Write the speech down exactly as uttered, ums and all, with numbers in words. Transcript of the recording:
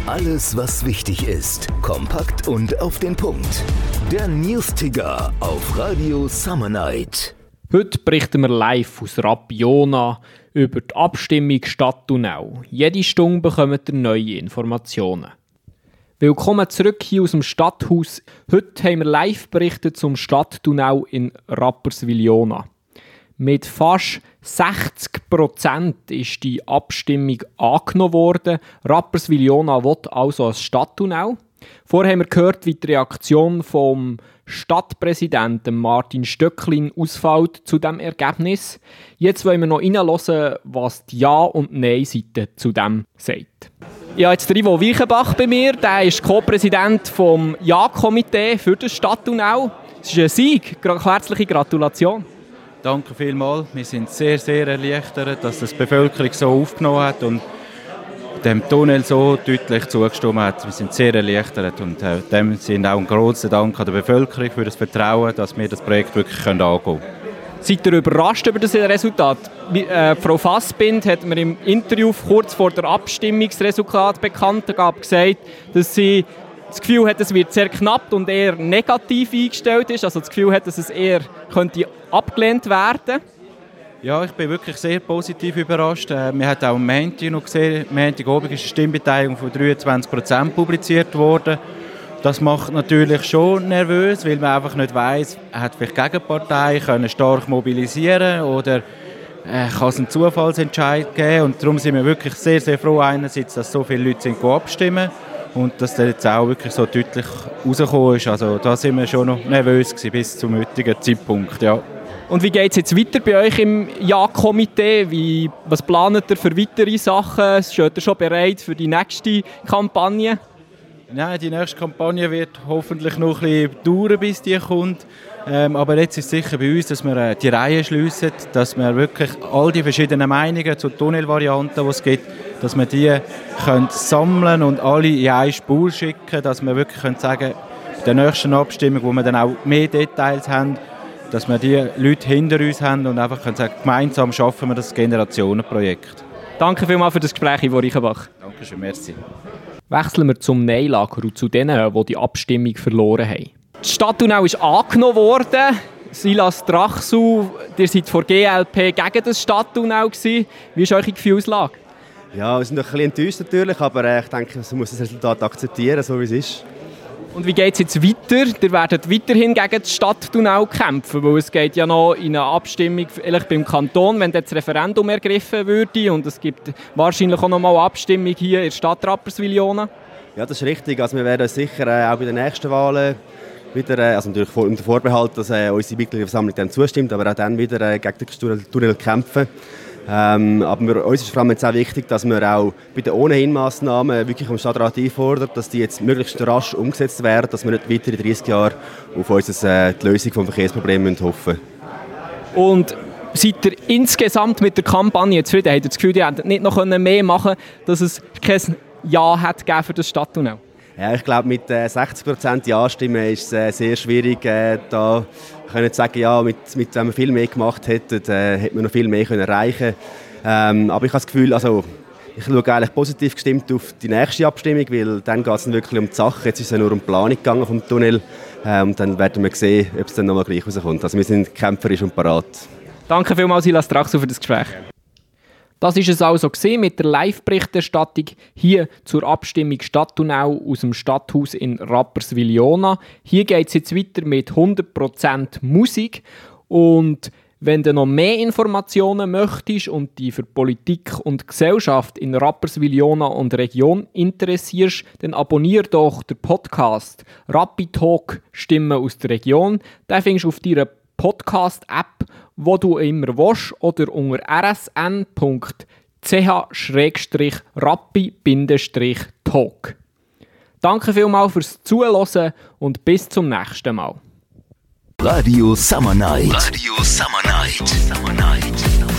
Alles, was wichtig ist, kompakt und auf den Punkt. Der News-Ticker auf Radio Summer Night. Heute berichten wir live aus Rappi-Jona über die Abstimmung Stadttunnel. Jede Stunde bekommt ihr neue Informationen. Willkommen zurück hier aus dem Stadthaus. Heute haben wir live berichtet zum Stadttunnel in Rapperswil-Jona. Mit fast sechzig Prozent ist die Abstimmung angenommen worden. Rapperswil-Jona will also ein Stadttunnel. Vorher haben wir gehört, wie die Reaktion vom Stadtpräsidenten Martin Stöcklin ausfällt zu diesem Ergebnis. Jetzt wollen wir noch reinhören, was die Ja- und Nein-Seite zu dem sagt. Ich habe jetzt Ivo Wiechenbach bei mir. Der ist Co-Präsident vom Ja-Komitee für das Stadttunnel. Es ist ein Sieg. Herzliche Gratulation. Danke vielmals. Wir sind sehr, sehr erleichtert, dass das die Bevölkerung so aufgenommen hat und dem Tunnel so deutlich zugestimmt hat. Wir sind sehr erleichtert und äh, dem sind auch ein grosser Dank an der Bevölkerung für das Vertrauen, dass wir das Projekt wirklich angehen können. Seid ihr überrascht über das Resultat? Äh, Frau Fassbind hat mir im Interview kurz vor der Abstimmung das Resultat bekannt gegeben, gesagt, dass sie das Gefühl hat, es wird sehr knapp und eher negativ eingestellt ist. Also das Gefühl hat, dass es eher könnte abgelehnt werden. Ja, ich bin wirklich sehr positiv überrascht. Äh, wir haben auch am Montag noch gesehen, Montagabend ist eine Stimmbeteiligung von dreiundzwanzig Prozent publiziert worden. Das macht natürlich schon nervös, weil man einfach nicht weiss, hat vielleicht die Gegenpartei können stark mobilisieren oder äh, kann es einen Zufallsentscheid geben. Und darum sind wir wirklich sehr, sehr froh einerseits, dass so viele Leute sind abstimmen und dass das jetzt auch wirklich so deutlich rausgekommen ist. Also da sind wir schon noch nervös gewesen, bis zum heutigen Zeitpunkt, ja. Und wie geht es jetzt weiter bei euch im Ja-Komitee? Wie, was plant ihr für weitere Sachen? Steht ihr schon bereit für die nächste Kampagne? Nein, die nächste Kampagne wird hoffentlich noch ein bisschen dauern, bis die kommt. Ähm, aber jetzt ist es sicher bei uns, dass wir äh, die Reihe schliessen, dass wir wirklich all die verschiedenen Meinungen zur Tunnelvariante, die es gibt, dass wir die können sammeln und alle in eine Spur schicken, dass wir wirklich können sagen, bei der nächsten Abstimmung, wo wir dann auch mehr Details haben, dass wir die Leute hinter uns haben und einfach können sagen, gemeinsam schaffen wir das Generationenprojekt. Danke vielmals für das Gespräch, Ivo Reichenbach. Dankeschön, merci. Wechseln wir zum Nein-Lager und zu denen, die die Abstimmung verloren haben. Das Stadttunnel ist angenommen worden. Silas Drachsu, ihr seid vor G L P gegen das Stadttunnel gewesen. Wie ist eure Gefühlslage? Ja, wir sind ein bisschen enttäuscht natürlich, aber äh, ich denke, man muss das Resultat akzeptieren, so wie es ist. Und wie geht es jetzt weiter? Ihr werdet weiterhin gegen das Stadttunnel kämpfen, weil es geht ja noch in eine Abstimmung vielleicht beim Kanton, wenn das Referendum ergriffen würde. Und es gibt wahrscheinlich auch noch mal eine Abstimmung hier in der Stadt Rapperswil-Jona. Ja, das ist richtig. Also wir werden uns sicher äh, auch bei den nächsten Wahlen wieder, äh, also natürlich unter Vorbehalt, dass äh, unsere Mitgliederversammlung dem zustimmt, aber auch dann wieder äh, gegen den Tunnel kämpfen. Ähm, aber wir, uns ist vor allem jetzt auch wichtig, dass wir auch bei den Ohnehin-Massnahmen wirklich am Stadtrat einfordern, dass die jetzt möglichst rasch umgesetzt werden, dass wir nicht weiter in dreißig Jahren auf uns äh, die Lösung des Verkehrsproblems hoffen müssen. Und seid ihr insgesamt mit der Kampagne zufrieden? Habt ihr das Gefühl, ihr hättet nicht noch mehr machen können, dass es kein Ja hat gegeben für das Stadttunnel? Ja, ich glaube, mit äh, sechzig Prozent Ja-Stimmen ist es äh, sehr schwierig, äh, da können sagen, ja, mit, mit, wenn wir viel mehr gemacht hätten, äh, hätten wir noch viel mehr können erreichen können. Ähm, aber ich habe das Gefühl, also, ich schaue eigentlich positiv gestimmt auf die nächste Abstimmung, weil dann geht es wirklich um die Sache. Jetzt ist es ja nur um die Planung gegangen vom Tunnel. Äh, und dann werden wir sehen, ob es dann nochmal gleich rauskommt. Also wir sind kämpferisch und parat. Danke vielmals, Silas Drachsu, für das Gespräch. Das war es also mit der Live-Berichterstattung hier zur Abstimmung Stadttunnel aus dem Stadthaus in Rapperswil-Jona. Hier geht es jetzt weiter mit hundert Prozent Musik. Und wenn du noch mehr Informationen möchtest und dich für Politik und Gesellschaft in Rapperswil-Jona und Region interessierst, dann abonniere doch den Podcast Rappi Talk Stimmen aus der Region. Den findest du auf deiner Podcast-App, wo du immer willst, oder unter r s n punkt c h rappi talk. Danke vielmals fürs Zuhören und bis zum nächsten Mal. Radio Summer Night. Radio Summer Night. Summer Night.